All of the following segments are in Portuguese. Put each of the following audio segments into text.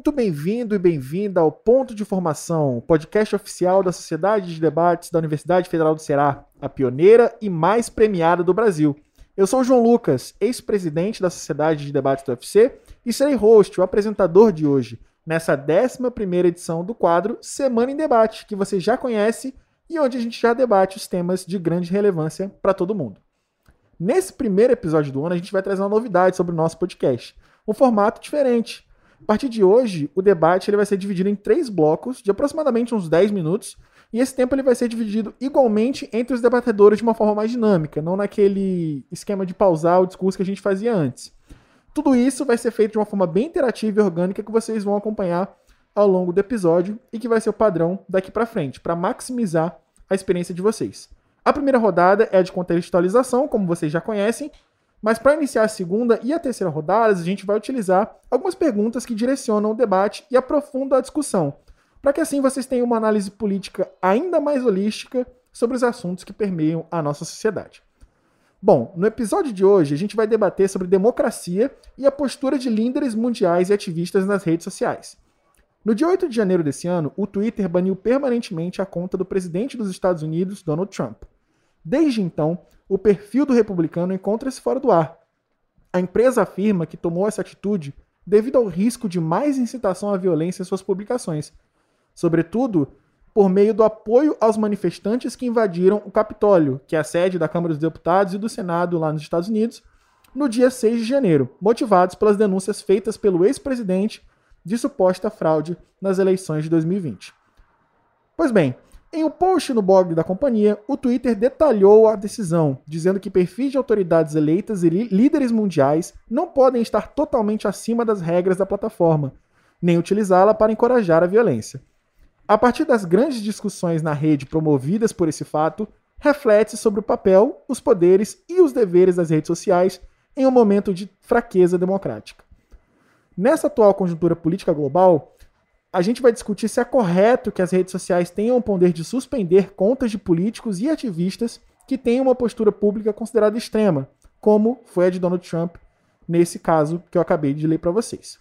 muito bem-vindo e bem-vinda ao Ponto de Formação, podcast oficial da Sociedade de Debates da Universidade Federal do Ceará, a pioneira e mais premiada do Brasil. Eu sou o João Lucas, ex-presidente da Sociedade de Debates do UFC, e serei host, o apresentador de hoje, nessa 11ª edição do quadro Semana em Debate, que você já conhece e onde a gente já debate os temas de grande relevância para todo mundo. Nesse primeiro episódio do ano, a gente vai trazer uma novidade sobre o nosso podcast, um formato diferente. A partir de hoje, o debate ele vai ser dividido em 3 blocos de aproximadamente uns 10 minutos, e esse tempo ele vai ser dividido igualmente entre os debatedores de uma forma mais dinâmica, não naquele esquema de pausar o discurso que a gente fazia antes. Tudo isso vai ser feito de uma forma bem interativa e orgânica que vocês vão acompanhar ao longo do episódio e que vai ser o padrão daqui para frente, para maximizar a experiência de vocês. A primeira rodada é a de contextualização, como vocês já conhecem, mas para iniciar a segunda e a terceira rodadas, a gente vai utilizar algumas perguntas que direcionam o debate e aprofundam a discussão, para que assim vocês tenham uma análise política ainda mais holística sobre os assuntos que permeiam a nossa sociedade. Bom, no episódio de hoje a gente vai debater sobre democracia e a postura de líderes mundiais e ativistas nas redes sociais. No dia 8 de janeiro desse ano, o Twitter baniu permanentemente a conta do presidente dos Estados Unidos, Donald Trump. Desde então, o perfil do republicano encontra-se fora do ar. A empresa afirma que tomou essa atitude devido ao risco de mais incitação à violência em suas publicações, sobretudo por meio do apoio aos manifestantes que invadiram o Capitólio, que é a sede da Câmara dos Deputados e do Senado lá nos Estados Unidos, no dia 6 de janeiro, motivados pelas denúncias feitas pelo ex-presidente de suposta fraude nas eleições de 2020. Pois bem, em um post no blog da companhia, o Twitter detalhou a decisão, dizendo que perfis de autoridades eleitas e líderes mundiais não podem estar totalmente acima das regras da plataforma, nem utilizá-la para encorajar a violência. A partir das grandes discussões na rede promovidas por esse fato, reflete-se sobre o papel, os poderes e os deveres das redes sociais em um momento de fraqueza democrática. Nessa atual conjuntura política global, a gente vai discutir se é correto que as redes sociais tenham o poder de suspender contas de políticos e ativistas que tenham uma postura pública considerada extrema, como foi a de Donald Trump, nesse caso que eu acabei de ler para vocês.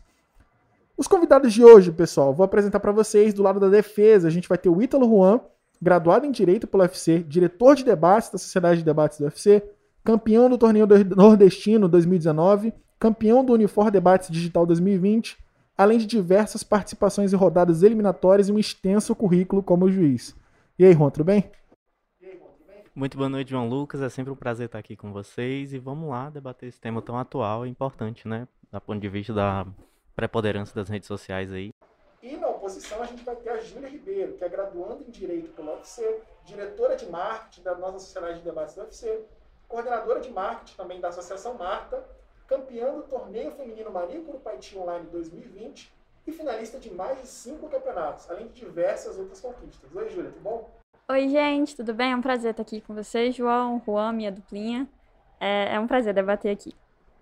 Os convidados de hoje, pessoal, vou apresentar para vocês do lado da defesa. A gente vai ter o Ítalo Juan, graduado em Direito pelo UFC, diretor de debates da Sociedade de Debates do UFC, campeão do Torneio Nordestino 2019, campeão do Unifor Debates Digital 2020, além de diversas participações em rodadas eliminatórias e um extenso currículo como juiz. E aí, Juan, tudo bem? Muito boa noite, João Lucas. É sempre um prazer estar aqui com vocês e vamos lá debater esse tema tão atual e importante, né? Do ponto de vista da preponderância das redes sociais aí. E na oposição a gente vai ter a Júlia Ribeiro, que é graduanda em Direito pelo UFC, diretora de marketing da nossa Sociedade de Debates do UFC, coordenadora de marketing também da Associação Marta, campeã do Torneio Feminino Maria Curupaiti Online 2020 e finalista de mais de 5 campeonatos, além de diversas outras conquistas. Oi, Júlia, tudo bom? Oi, gente, tudo bem? É um prazer estar aqui com vocês, João, Juan, minha duplinha. É um prazer debater aqui.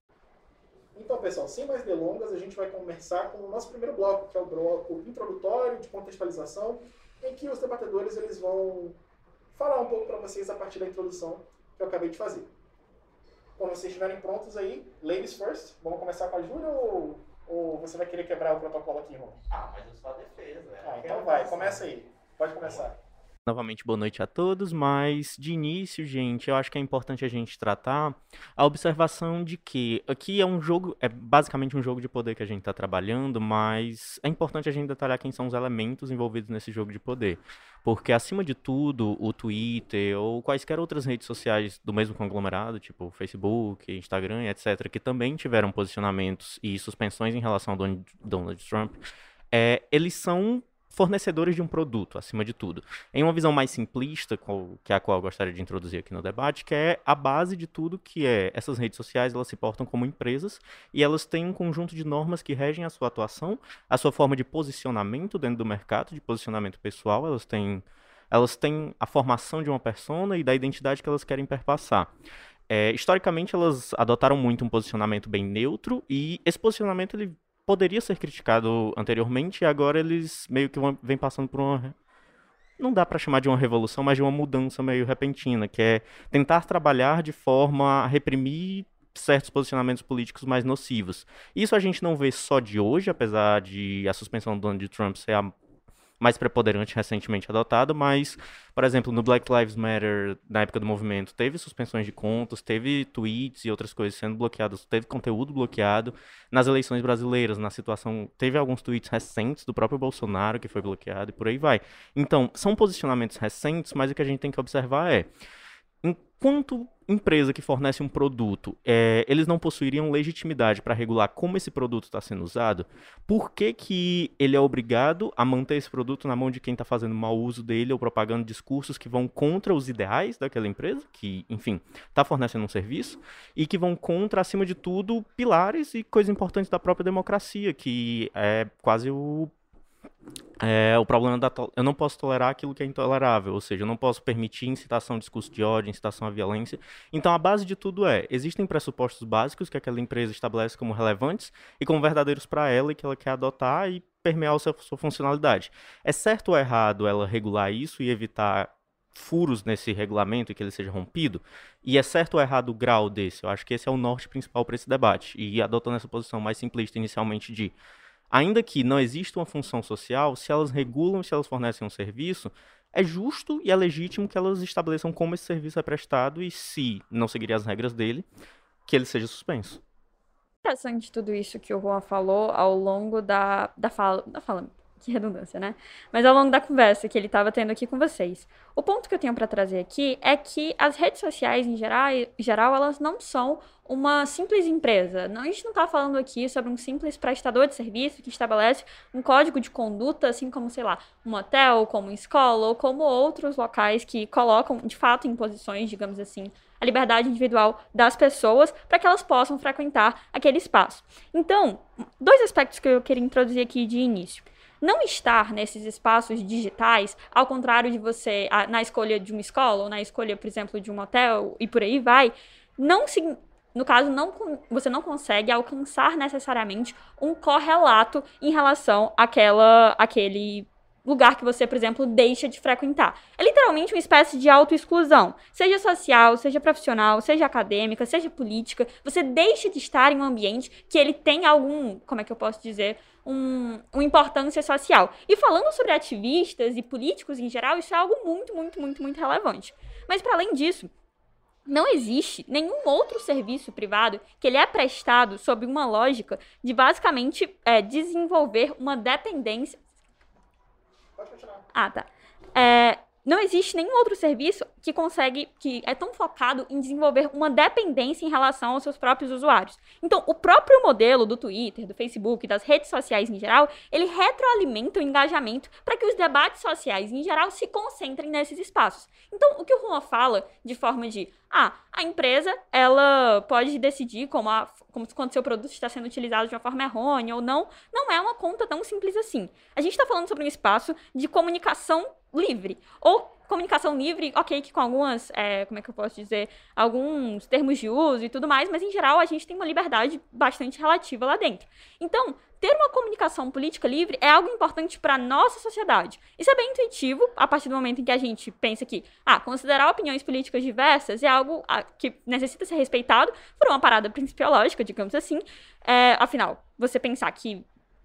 Então, pessoal, sem mais delongas, a gente vai começar com o nosso primeiro bloco, que é o bloco introdutório de contextualização, em que os debatedores eles vão falar um pouco para vocês a partir da introdução que eu acabei de fazer. Quando vocês estiverem prontos aí, ladies first, vamos começar com a Júlia ou você vai querer quebrar o protocolo aqui, irmão? Mas eu sou a defesa. Então vai, começa aí. Pode começar. Novamente, boa noite a todos, mas de início, gente, eu acho que é importante a gente tratar a observação de que aqui é basicamente um jogo de poder que a gente está trabalhando, mas é importante a gente detalhar quem são os elementos envolvidos nesse jogo de poder. Porque, acima de tudo, o Twitter ou quaisquer outras redes sociais do mesmo conglomerado, tipo Facebook, Instagram, etc., que também tiveram posicionamentos e suspensões em relação ao Donald Trump, eles são fornecedores de um produto, acima de tudo. Em uma visão mais simplista, que é a qual eu gostaria de introduzir aqui no debate, que é a base de tudo, que é essas redes sociais, elas se portam como empresas e elas têm um conjunto de normas que regem a sua atuação, a sua forma de posicionamento dentro do mercado, de posicionamento pessoal, elas têm a formação de uma persona e da identidade que elas querem perpassar. Historicamente, elas adotaram muito um posicionamento bem neutro e esse posicionamento ele poderia ser criticado anteriormente e agora eles meio que vêm passando por uma... Não dá para chamar de uma revolução, mas de uma mudança meio repentina, que é tentar trabalhar de forma a reprimir certos posicionamentos políticos mais nocivos. Isso a gente não vê só de hoje, apesar de a suspensão do Donald Trump ser a mais preponderante recentemente adotada, mas, por exemplo, no Black Lives Matter, na época do movimento, teve suspensões de contas, teve tweets e outras coisas sendo bloqueadas, teve conteúdo bloqueado. Nas eleições brasileiras, na situação, teve alguns tweets recentes do próprio Bolsonaro que foi bloqueado e por aí vai. Então, são posicionamentos recentes, mas o que a gente tem que observar é, enquanto empresa que fornece um produto, eles não possuiriam legitimidade para regular como esse produto está sendo usado, por que que ele é obrigado a manter esse produto na mão de quem está fazendo mau uso dele ou propagando discursos que vão contra os ideais daquela empresa, que, enfim, está fornecendo um serviço, e que vão contra, acima de tudo, pilares e coisas importantes da própria democracia, que é quase o problema eu não posso tolerar aquilo que é intolerável, ou seja, eu não posso permitir incitação a discurso de ódio, incitação à violência. Então, a base de tudo existem pressupostos básicos que aquela empresa estabelece como relevantes e como verdadeiros para ela e que ela quer adotar e permear a sua funcionalidade. É certo ou errado ela regular isso e evitar furos nesse regulamento e que ele seja rompido? E é certo ou errado o grau desse? Eu acho que esse é o norte principal para esse debate. E adotando essa posição mais simplista inicialmente de ainda que não exista uma função social, se elas regulam, se elas fornecem um serviço, é justo e é legítimo que elas estabeleçam como esse serviço é prestado e, se não seguirem as regras dele, que ele seja suspenso. Interessante tudo isso que o Juan falou ao longo da fala, que redundância, né? Mas ao longo da conversa que ele estava tendo aqui com vocês. O ponto que eu tenho para trazer aqui é que as redes sociais, em geral, elas não são uma simples empresa. A gente não está falando aqui sobre um simples prestador de serviço que estabelece um código de conduta, assim como, sei lá, um hotel, como uma escola, ou como outros locais que colocam, de fato, em posições, digamos assim, a liberdade individual das pessoas para que elas possam frequentar aquele espaço. Então, dois aspectos que eu queria introduzir aqui de início. Não estar nesses espaços digitais, ao contrário de você, na escolha de uma escola, ou na escolha, por exemplo, de um hotel, e por aí vai, no caso, você não consegue alcançar necessariamente um correlato em relação àquele lugar que você, por exemplo, deixa de frequentar. É literalmente uma espécie de autoexclusão. Seja social, seja profissional, seja acadêmica, seja política. Você deixa de estar em um ambiente que ele tem como é que eu posso dizer, uma importância social. E falando sobre ativistas e políticos em geral, isso é algo muito, muito, muito, muito relevante. Mas, para além disso, não existe nenhum outro serviço privado que ele é prestado sob uma lógica de, basicamente, desenvolver uma dependência. Pode continuar. Tá. Não existe nenhum outro serviço que é tão focado em desenvolver uma dependência em relação aos seus próprios usuários. Então, o próprio modelo do Twitter, do Facebook, das redes sociais em geral, ele retroalimenta o engajamento para que os debates sociais em geral se concentrem nesses espaços. Então, o que o Juan fala de forma de, a empresa, ela pode decidir quando seu produto está sendo utilizado de uma forma errônea ou não é uma conta tão simples assim. A gente está falando sobre um espaço de comunicação livre. Ou comunicação livre, ok, que com algumas, como é que eu posso dizer, alguns termos de uso e tudo mais, mas em geral a gente tem uma liberdade bastante relativa lá dentro. Então, ter uma comunicação política livre é algo importante para a nossa sociedade. Isso é bem intuitivo, a partir do momento em que a gente pensa que, considerar opiniões políticas diversas é algo que necessita ser respeitado por uma parada principiológica, digamos assim. Afinal, você pensar que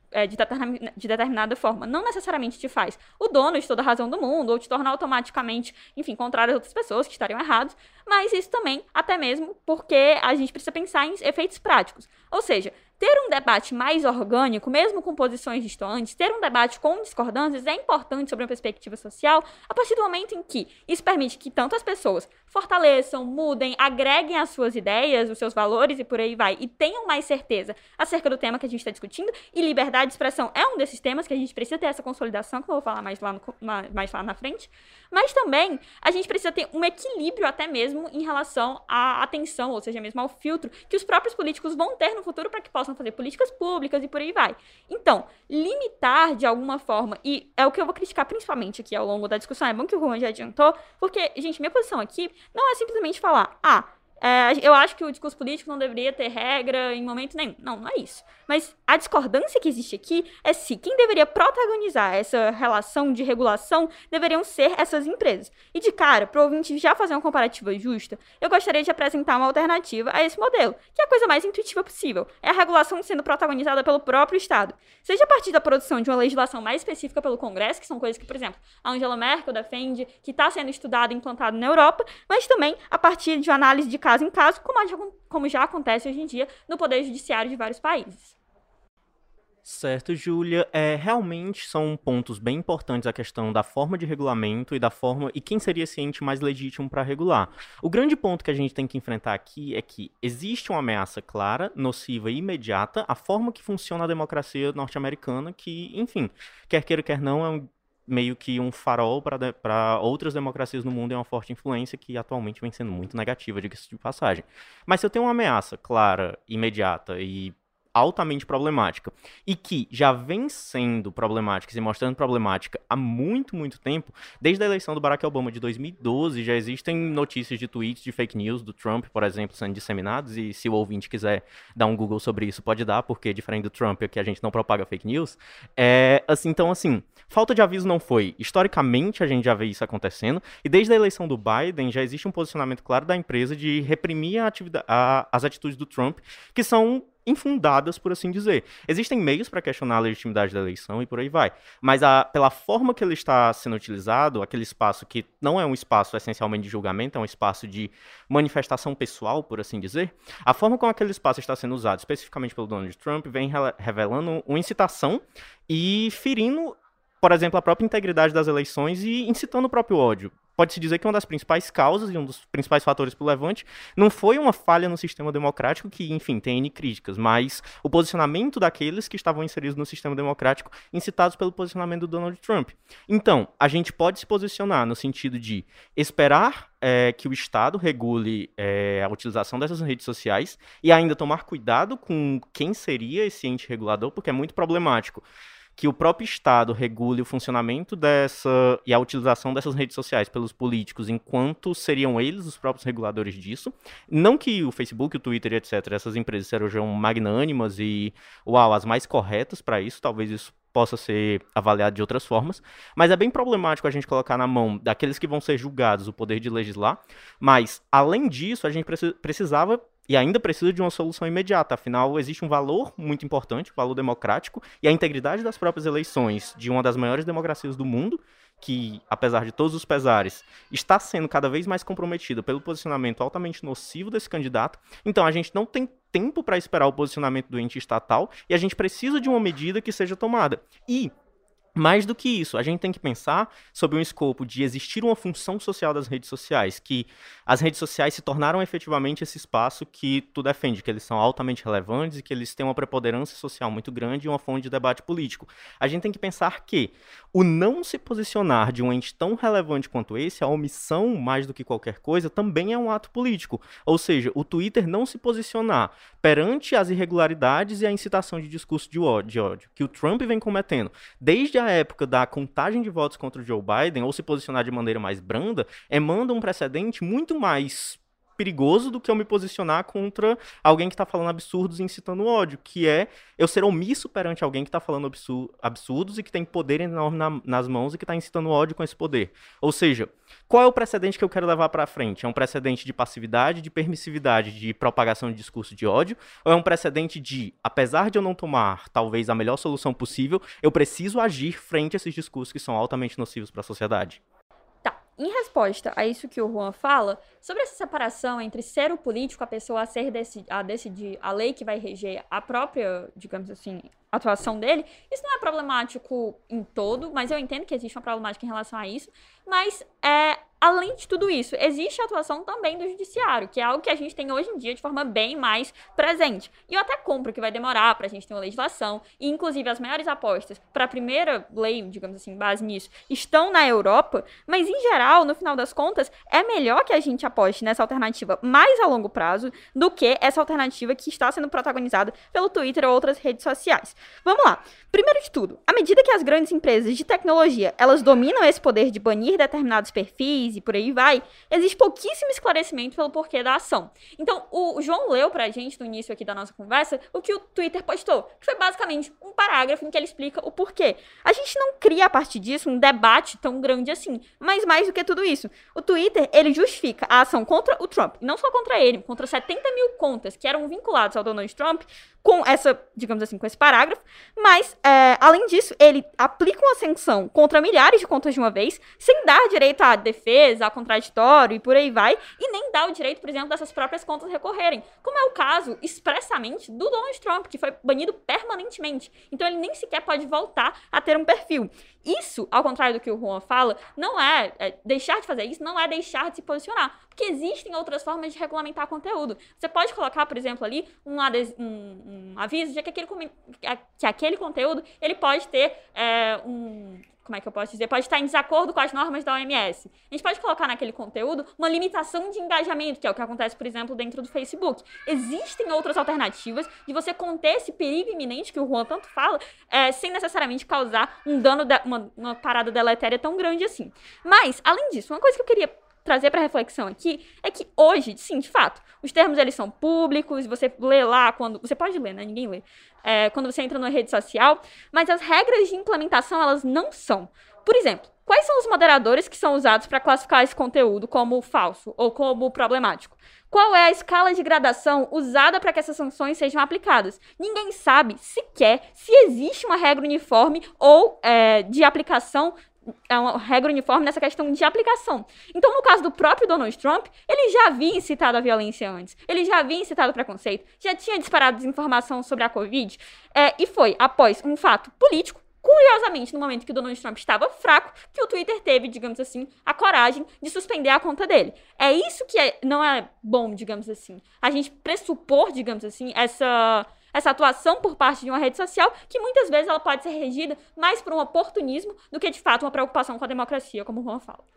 de determinada forma, não necessariamente te faz o dono de toda a razão do mundo, ou te torna automaticamente, enfim, contrário às outras pessoas que estariam erradas, mas isso também, até mesmo, porque a gente precisa pensar em efeitos práticos. Ou seja, ter um debate mais orgânico, mesmo com posições distantes, ter um debate com discordâncias é importante sobre uma perspectiva social, a partir do momento em que isso permite que tanto as pessoas fortaleçam, mudem, agreguem as suas ideias, os seus valores e por aí vai, e tenham mais certeza acerca do tema que a gente está discutindo, e liberdade de expressão é um desses temas que a gente precisa ter essa consolidação, que eu vou falar mais lá na frente, mas também a gente precisa ter um equilíbrio até mesmo em relação à atenção, ou seja, mesmo ao filtro que os próprios políticos vão ter no futuro para que possam fazer políticas públicas e por aí vai. Então, limitar de alguma forma, e é o que eu vou criticar principalmente aqui ao longo da discussão, é bom que o Juan já adiantou, porque, gente, minha posição aqui não é simplesmente falar, Eu acho que o discurso político não deveria ter regra em momento nenhum. Não é isso. Mas a discordância que existe aqui é se quem deveria protagonizar essa relação de regulação deveriam ser essas empresas. E de cara, para o ouvinte já fazer uma comparativa justa, eu gostaria de apresentar uma alternativa a esse modelo, que é a coisa mais intuitiva possível. É a regulação sendo protagonizada pelo próprio Estado. Seja a partir da produção de uma legislação mais específica pelo Congresso, que são coisas que, por exemplo, a Angela Merkel defende, que está sendo estudado e implantado na Europa, mas também a partir de análise de caso em caso, como já acontece hoje em dia no Poder Judiciário de vários países. Certo, Júlia. Realmente são pontos bem importantes a questão da forma de regulamento e quem seria esse ente mais legítimo para regular. O grande ponto que a gente tem que enfrentar aqui é que existe uma ameaça clara, nociva e imediata à forma que funciona a democracia norte-americana, que, enfim, quer queira, quer não, é meio que um farol para outras democracias no mundo e uma forte influência que atualmente vem sendo muito negativa, diga-se de passagem. Mas se eu tenho uma ameaça clara, imediata e altamente problemática, e que já vem sendo problemática, se mostrando problemática há muito, muito tempo, desde a eleição do Barack Obama de 2012, já existem notícias de tweets de fake news do Trump, por exemplo, sendo disseminados, e se o ouvinte quiser dar um Google sobre isso, pode dar, porque diferente do Trump, aqui a gente não propaga fake news. Então, falta de aviso não foi. Historicamente, a gente já vê isso acontecendo, e desde a eleição do Biden, já existe um posicionamento claro da empresa de reprimir as atitudes do Trump, que são infundadas, por assim dizer. Existem meios para questionar a legitimidade da eleição e por aí vai. Mas pela forma que ele está sendo utilizado, aquele espaço que não é um espaço essencialmente de julgamento, é um espaço de manifestação pessoal, por assim dizer, a forma como aquele espaço está sendo usado, especificamente pelo Donald Trump, vem revelando uma incitação e ferindo, por exemplo, a própria integridade das eleições e incitando o próprio ódio. Pode-se dizer que uma das principais causas e um dos principais fatores para o levante não foi uma falha no sistema democrático, que, enfim, tem N críticas, mas o posicionamento daqueles que estavam inseridos no sistema democrático, incitados pelo posicionamento do Donald Trump. Então, a gente pode se posicionar no sentido de esperar que o Estado regule a utilização dessas redes sociais e ainda tomar cuidado com quem seria esse ente regulador, porque é muito problemático que o próprio Estado regule o funcionamento e a utilização dessas redes sociais pelos políticos, enquanto seriam eles os próprios reguladores disso. Não que o Facebook, o Twitter, etc., essas empresas sejam magnânimas e, as mais corretas para isso, talvez isso possa ser avaliado de outras formas, mas é bem problemático a gente colocar na mão daqueles que vão ser julgados o poder de legislar, mas, além disso, a gente precisava e ainda precisa de uma solução imediata, afinal existe um valor muito importante, o valor democrático e a integridade das próprias eleições de uma das maiores democracias do mundo, que, apesar de todos os pesares, está sendo cada vez mais comprometida pelo posicionamento altamente nocivo desse candidato. Então a gente não tem tempo para esperar o posicionamento do ente estatal e a gente precisa de uma medida que seja tomada. E mais do que isso, a gente tem que pensar sobre um escopo de existir uma função social das redes sociais, que as redes sociais se tornaram efetivamente esse espaço que tu defende, que eles são altamente relevantes e que eles têm uma preponderância social muito grande e uma fonte de debate político. A gente tem que pensar que o não se posicionar de um ente tão relevante quanto esse, a omissão mais do que qualquer coisa, também é um ato político. Ou seja, o Twitter não se posicionar perante as irregularidades e a incitação de discurso de ódio que o Trump vem cometendo desde a época da contagem de votos contra o Joe Biden, ou se posicionar de maneira mais branda, manda um precedente muito mais perigoso do que eu me posicionar contra alguém que está falando absurdos e incitando ódio, que é eu ser omisso perante alguém que está falando absurdos e que tem poder enorme nas mãos e que está incitando ódio com esse poder. Ou seja, qual é o precedente que eu quero levar para frente? É um precedente de passividade, de permissividade, de propagação de discurso de ódio? Ou é um precedente de, apesar de eu não tomar talvez a melhor solução possível, eu preciso agir frente a esses discursos que são altamente nocivos para a sociedade? Em resposta a isso que o Juan fala, sobre essa separação entre ser o político, a pessoa a decidir a lei que vai reger a própria, digamos assim, atuação dele, isso não é problemático em todo, mas eu entendo que existe uma problemática em relação a isso, mas além de tudo isso, existe a atuação também do judiciário, que é algo que a gente tem hoje em dia de forma bem mais presente. E eu até compro que vai demorar pra gente ter uma legislação, e inclusive as maiores apostas para a primeira lei, digamos assim, base nisso, estão na Europa, mas em geral, no final das contas, é melhor que a gente aposte nessa alternativa mais a longo prazo do que essa alternativa que está sendo protagonizada pelo Twitter ou outras redes sociais. Vamos lá. Primeiro de tudo, à medida que as grandes empresas de tecnologia, elas dominam esse poder de banir determinados perfis, país e por aí vai, existe pouquíssimo esclarecimento pelo porquê da ação. Então, o João leu pra gente no início aqui da nossa conversa o que o Twitter postou, que foi basicamente um parágrafo em que ele explica o porquê. A gente não cria a partir disso um debate tão grande assim, mas mais do que tudo isso, o Twitter, ele justifica a ação contra o Trump, não só contra ele, contra 70 mil contas que eram vinculadas ao Donald Trump, com essa, digamos assim, com esse parágrafo, mas, além disso, ele aplica uma sanção contra milhares de contas de uma vez, sem dar direito à defesa, a contraditório e por aí vai, e nem dá o direito, por exemplo, dessas próprias contas recorrerem, como é o caso, expressamente, do Donald Trump, que foi banido permanentemente. Então, ele nem sequer pode voltar a ter um perfil. Isso, ao contrário do que o Juan fala, não deixar de fazer isso, não é deixar de se posicionar, porque existem outras formas de regulamentar conteúdo. Você pode colocar, por exemplo, ali um aviso de que aquele conteúdo ele pode ter como é que eu posso dizer? Pode estar em desacordo com as normas da OMS. A gente pode colocar naquele conteúdo uma limitação de engajamento, que é o que acontece, por exemplo, dentro do Facebook. Existem outras alternativas de você conter esse perigo iminente que o Juan tanto fala, sem necessariamente causar um dano, uma parada deletéria tão grande assim. Mas, além disso, uma coisa que eu queria trazer para reflexão aqui é que hoje, sim, de fato, os termos eles são públicos, você lê lá quando... Você pode ler, né? Ninguém lê. Quando você entra numa rede social, mas as regras de implementação, elas não são. Por exemplo, quais são os moderadores que são usados para classificar esse conteúdo como falso ou como problemático? Qual é a escala de gradação usada para que essas sanções sejam aplicadas? Ninguém sabe sequer se existe uma regra uniforme ou de aplicação, uma regra uniforme nessa questão de aplicação. Então, no caso do próprio Donald Trump, ele já havia incitado a violência antes, ele já havia incitado o preconceito, já tinha disparado desinformação sobre a Covid, e foi após um fato político, curiosamente, no momento que o Donald Trump estava fraco, que o Twitter teve, digamos assim, a coragem de suspender a conta dele. É isso que não é bom, digamos assim. A gente pressupor, digamos assim, essa atuação por parte de uma rede social, que muitas vezes ela pode ser regida mais por um oportunismo do que, de fato, uma preocupação com a democracia, como o Juan fala.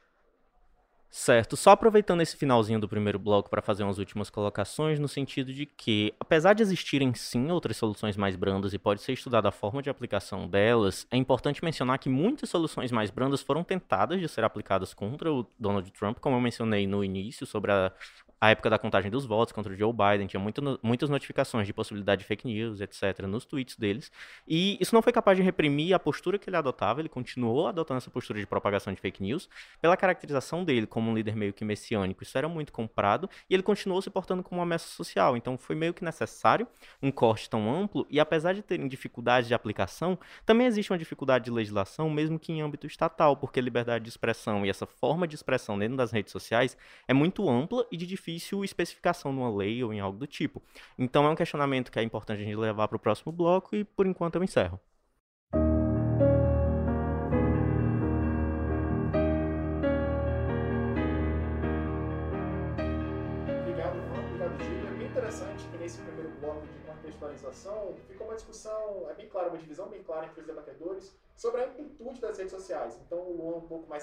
Certo, só aproveitando esse finalzinho do primeiro bloco para fazer umas últimas colocações, no sentido de que, apesar de existirem sim outras soluções mais brandas e pode ser estudada a forma de aplicação delas, é importante mencionar que muitas soluções mais brandas foram tentadas de ser aplicadas contra o Donald Trump, como eu mencionei no início, sobre a época da contagem dos votos contra o Joe Biden, tinha muitas notificações de possibilidade de fake news, etc., nos tweets deles, e isso não foi capaz de reprimir a postura que ele adotava, ele continuou adotando essa postura de propagação de fake news, pela caracterização dele como um líder meio que messiânico, isso era muito comprado, e ele continuou se portando como uma ameaça social, então foi meio que necessário um corte tão amplo, e apesar de terem dificuldades de aplicação, também existe uma dificuldade de legislação, mesmo que em âmbito estatal, porque a liberdade de expressão e essa forma de expressão dentro das redes sociais é muito ampla e de difícil especificação numa lei ou em algo do tipo. Então é um questionamento que é importante a gente levar para o próximo bloco e por enquanto eu encerro. Obrigado, Juan. Obrigado, Gil. É bem interessante que nesse primeiro bloco de contextualização ficou uma discussão, bem clara, uma divisão bem clara entre os debatedores sobre a amplitude das redes sociais. Então o Juan um pouco mais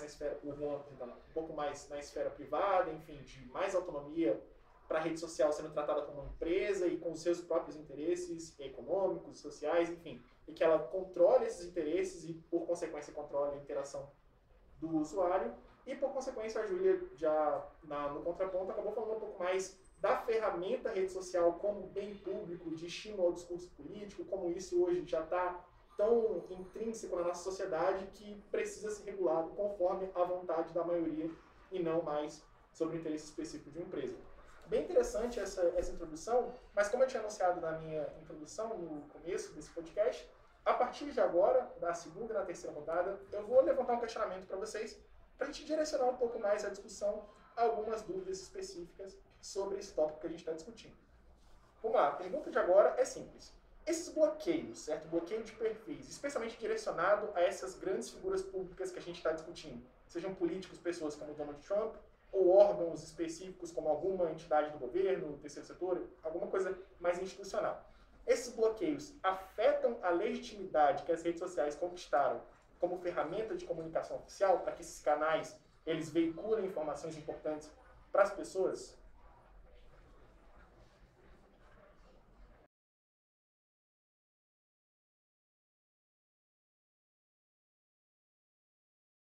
na esfera privada, enfim, de mais autonomia para a rede social sendo tratada como uma empresa e com os seus próprios interesses econômicos, sociais, enfim, e que ela controle esses interesses e, por consequência, controle a interação do usuário. E, por consequência, a Júlia, já no contraponto, acabou falando um pouco mais da ferramenta rede social como bem público, de estímulo ao discurso político, como isso hoje já está tão intrínseco na nossa sociedade que precisa ser regulado conforme a vontade da maioria e não mais sobre o interesse específico de uma empresa. Bem interessante essa introdução, mas como eu tinha anunciado na minha introdução, no começo desse podcast, a partir de agora, na segunda e na terceira rodada, eu vou levantar um questionamento para vocês, para a gente direcionar um pouco mais a discussão a algumas dúvidas específicas sobre esse tópico que a gente está discutindo. Vamos lá, a pergunta de agora é simples. Esses bloqueios, certo? Bloqueio de perfis, especialmente direcionado a essas grandes figuras públicas que a gente está discutindo, sejam políticos, pessoas como Donald Trump, ou órgãos específicos como alguma entidade do governo, terceiro setor, alguma coisa mais institucional. Esses bloqueios afetam a legitimidade que as redes sociais conquistaram como ferramenta de comunicação oficial para que esses canais eles veiculem informações importantes para as pessoas?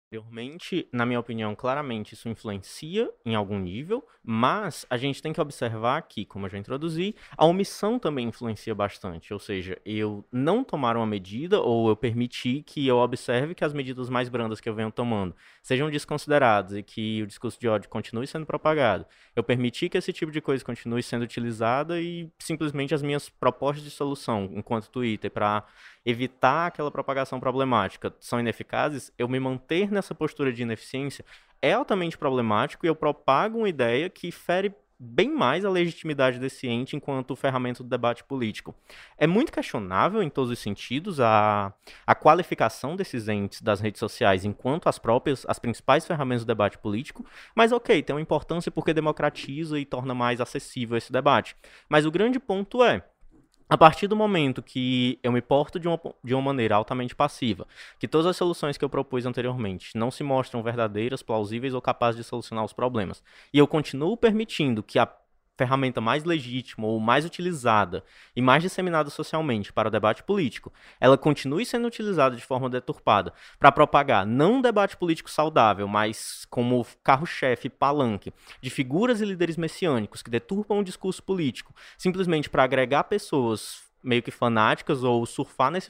Anteriormente, na minha opinião, claramente isso influencia em algum nível, mas a gente tem que observar que, como eu já introduzi, a omissão também influencia bastante. Ou seja, eu não tomar uma medida ou eu permitir que eu observe que as medidas mais brandas que eu venho tomando sejam desconsideradas e que o discurso de ódio continue sendo propagado. Eu permitir que esse tipo de coisa continue sendo utilizada e simplesmente as minhas propostas de solução, enquanto Twitter, para evitar aquela propagação problemática, são ineficazes, eu me manter nessa postura de ineficiência é altamente problemático e eu propago uma ideia que fere bem mais a legitimidade desse ente enquanto ferramenta do debate político. É muito questionável, em todos os sentidos, a qualificação desses entes das redes sociais enquanto as principais ferramentas do debate político, mas ok, tem uma importância porque democratiza e torna mais acessível esse debate. Mas o grande ponto é, a partir do momento que eu me porto de uma maneira altamente passiva, que todas as soluções que eu propus anteriormente não se mostram verdadeiras, plausíveis ou capazes de solucionar os problemas, e eu continuo permitindo que a ferramenta mais legítima ou mais utilizada e mais disseminada socialmente para o debate político, ela continue sendo utilizada de forma deturpada para propagar não um debate político saudável, mas como carro-chefe, palanque de figuras e líderes messiânicos que deturpam o discurso político, simplesmente para agregar pessoas meio que fanáticas ou surfar nesse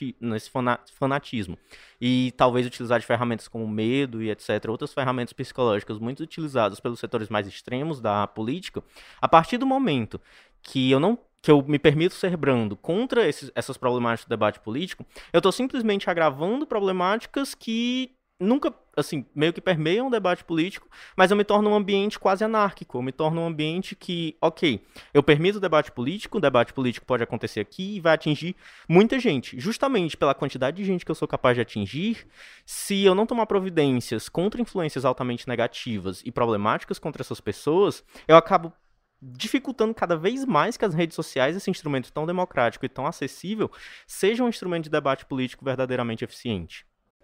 fanatismo e talvez utilizar de ferramentas como medo e etc, outras ferramentas psicológicas muito utilizadas pelos setores mais extremos da política, a partir do momento que eu me permito ser brando contra essas problemáticas do debate político, eu estou simplesmente agravando problemáticas que nunca, assim, meio que permeiam o debate político, mas eu me torno um ambiente quase anárquico, eu me torno um ambiente que, ok, eu permito o debate político pode acontecer aqui e vai atingir muita gente, justamente pela quantidade de gente que eu sou capaz de atingir, se eu não tomar providências contra influências altamente negativas e problemáticas contra essas pessoas, eu acabo dificultando cada vez mais que as redes sociais, esse instrumento tão democrático e tão acessível, sejam um instrumento de debate político verdadeiramente eficiente.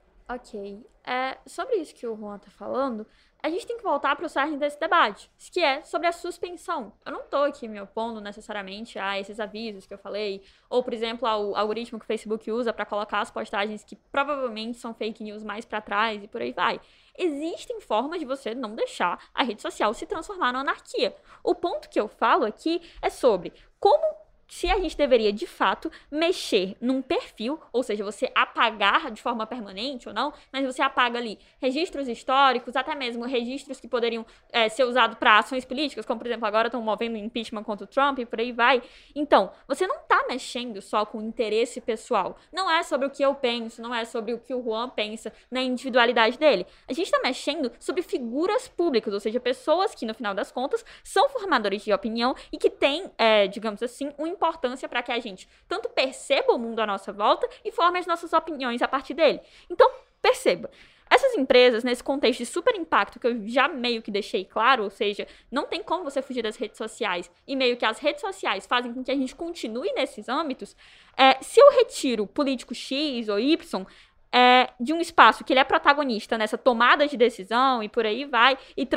Ok. Sobre isso que o Juan tá falando, a gente tem que voltar para o cerne desse debate, que é sobre a suspensão. Eu não tô aqui me opondo necessariamente a esses avisos que eu falei, ou, por exemplo, ao algoritmo que o Facebook usa para colocar as postagens que provavelmente são fake news mais para trás e por aí vai. Existem formas de você não deixar a rede social se transformar numa anarquia. O ponto que eu falo aqui é sobre como se a gente deveria, de fato, mexer num perfil, ou seja, você apagar de forma permanente ou não, mas você apaga ali registros históricos, até mesmo registros que poderiam ser usados para ações políticas, como, por exemplo, agora estão movendo impeachment contra o Trump e por aí vai. Então, você não está mexendo só com interesse pessoal. Não é sobre o que eu penso, não é sobre o que o Juan pensa na individualidade dele. A gente está mexendo sobre figuras públicas, ou seja, pessoas que, no final das contas, são formadores de opinião e que têm, digamos assim, importância para que a gente tanto perceba o mundo à nossa volta e forme as nossas opiniões a partir dele. Então, perceba. Essas empresas, nesse contexto de super impacto que eu já meio que deixei claro, ou seja, não tem como você fugir das redes sociais e meio que as redes sociais fazem com que a gente continue nesses âmbitos, se eu retiro político X ou Y de um espaço que ele é protagonista nessa tomada de decisão e por aí vai,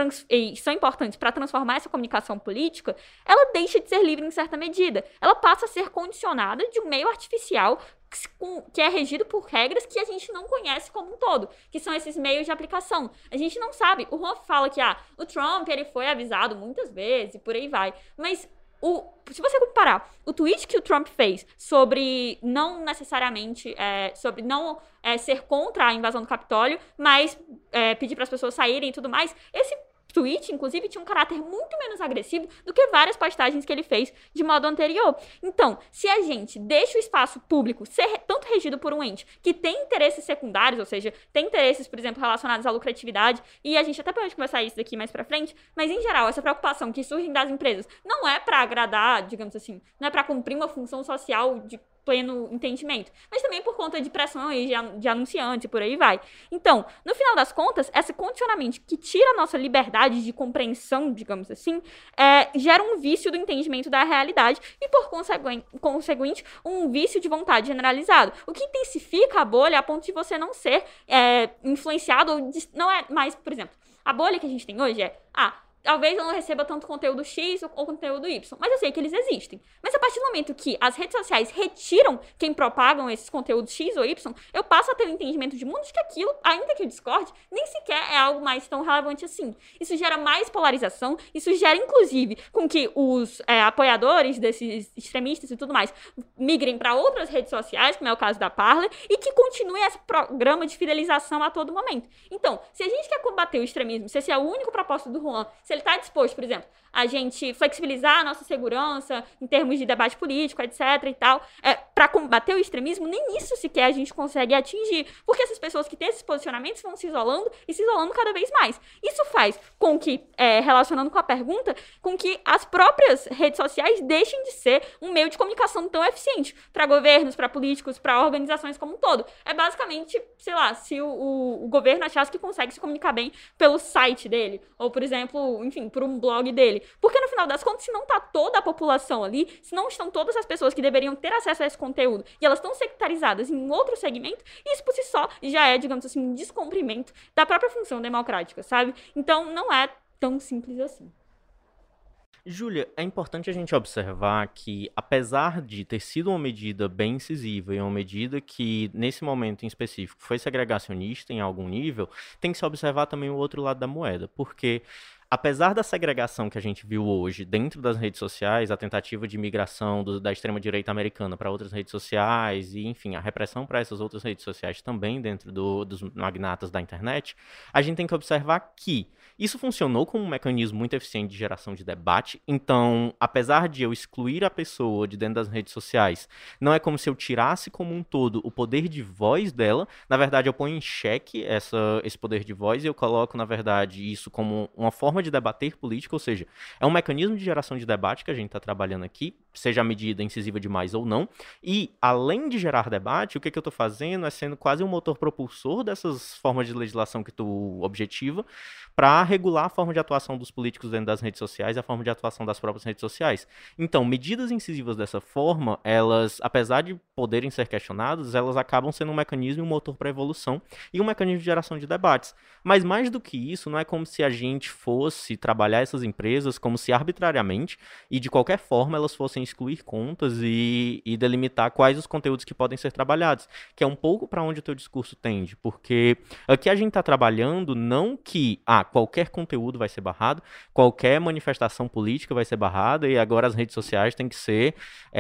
e são importantes para transformar essa comunicação política, ela deixa de ser livre em certa medida. Ela passa a ser condicionada de um meio artificial que é regido por regras que a gente não conhece como um todo, que são esses meios de aplicação. A gente não sabe. O Juan fala que o Trump ele foi avisado muitas vezes e por aí vai, mas se você comparar o tweet que o Trump fez sobre não necessariamente sobre não ser contra a invasão do Capitólio, mas pedir para as pessoas saírem e tudo mais, esse tweet, inclusive, tinha um caráter muito menos agressivo do que várias postagens que ele fez de modo anterior. Então, se a gente deixa o espaço público ser tanto regido por um ente que tem interesses secundários, ou seja, tem interesses, por exemplo, relacionados à lucratividade, e a gente até pode conversar isso daqui mais pra frente, mas, em geral, essa preocupação que surge das empresas não é pra agradar, digamos assim, não é pra cumprir uma função social de pleno entendimento, mas também por conta de pressão de anunciantes e por aí vai. Então, no final das contas, esse condicionamento que tira a nossa liberdade de compreensão, digamos assim, gera um vício do entendimento da realidade e, por conseguinte, um vício de vontade generalizado, o que intensifica a bolha a ponto de você não ser influenciado, ou não é mais, por exemplo, a bolha que a gente tem hoje talvez eu não receba tanto conteúdo X ou conteúdo Y, mas eu sei que eles existem. Mas a partir do momento que as redes sociais retiram quem propagam esses conteúdos X ou Y, eu passo a ter um entendimento de mundo de que aquilo, ainda que eu discorde, nem sequer é algo mais tão relevante assim. Isso gera mais polarização, isso gera, inclusive, com que os apoiadores desses extremistas e tudo mais migrem para outras redes sociais, como é o caso da Parler, e que continue esse programa de fidelização a todo momento. Então, se a gente quer combater o extremismo, se esse é o único propósito do Juan, se ele está disposto, por exemplo, a gente flexibilizar a nossa segurança em termos de debate político, etc e tal, para combater o extremismo, nem isso sequer a gente consegue atingir, porque essas pessoas que têm esses posicionamentos vão se isolando e se isolando cada vez mais. Isso faz com que, relacionando com a pergunta, com que as próprias redes sociais deixem de ser um meio de comunicação tão eficiente para governos, para políticos, para organizações como um todo. É basicamente, sei lá, se o governo achasse que consegue se comunicar bem pelo site dele, ou, por exemplo, enfim, por um blog dele. Porque, no final das contas, se não está toda a população ali, se não estão todas as pessoas que deveriam ter acesso a esse conteúdo, e elas estão sectarizadas em outro segmento, isso por si só já é, digamos assim, um descumprimento da própria função democrática, sabe? Então, não é tão simples assim. Júlia, é importante a gente observar que, apesar de ter sido uma medida bem incisiva e uma medida que, nesse momento em específico, foi segregacionista em algum nível, tem que se observar também o outro lado da moeda, porque apesar da segregação que a gente viu hoje dentro das redes sociais, a tentativa de migração da extrema-direita americana para outras redes sociais e, enfim, a repressão para essas outras redes sociais também dentro dos magnatas da internet, a gente tem que observar que isso funcionou como um mecanismo muito eficiente de geração de debate. Então, apesar de eu excluir a pessoa de dentro das redes sociais, não é como se eu tirasse como um todo o poder de voz dela. Na verdade, eu ponho em xeque esse poder de voz e eu coloco, na verdade, isso como uma forma de debater política, ou seja, é um mecanismo de geração de debate que a gente está trabalhando aqui, seja a medida incisiva demais ou não, e além de gerar debate, o que eu estou fazendo é sendo quase um motor propulsor dessas formas de legislação que tu objetiva, para regular a forma de atuação dos políticos dentro das redes sociais e a forma de atuação das próprias redes sociais. Então, medidas incisivas dessa forma, elas, apesar de poderem ser questionadas, elas acabam sendo um mecanismo e um motor para a evolução e um mecanismo de geração de debates. Mas mais do que isso, não é como se a gente fosse trabalhar essas empresas como se arbitrariamente e de qualquer forma elas fossem excluir contas e delimitar quais os conteúdos que podem ser trabalhados, que é um pouco para onde o teu discurso tende, porque aqui a gente está trabalhando não que qualquer conteúdo vai ser barrado, qualquer manifestação política vai ser barrada e agora as redes sociais têm que ser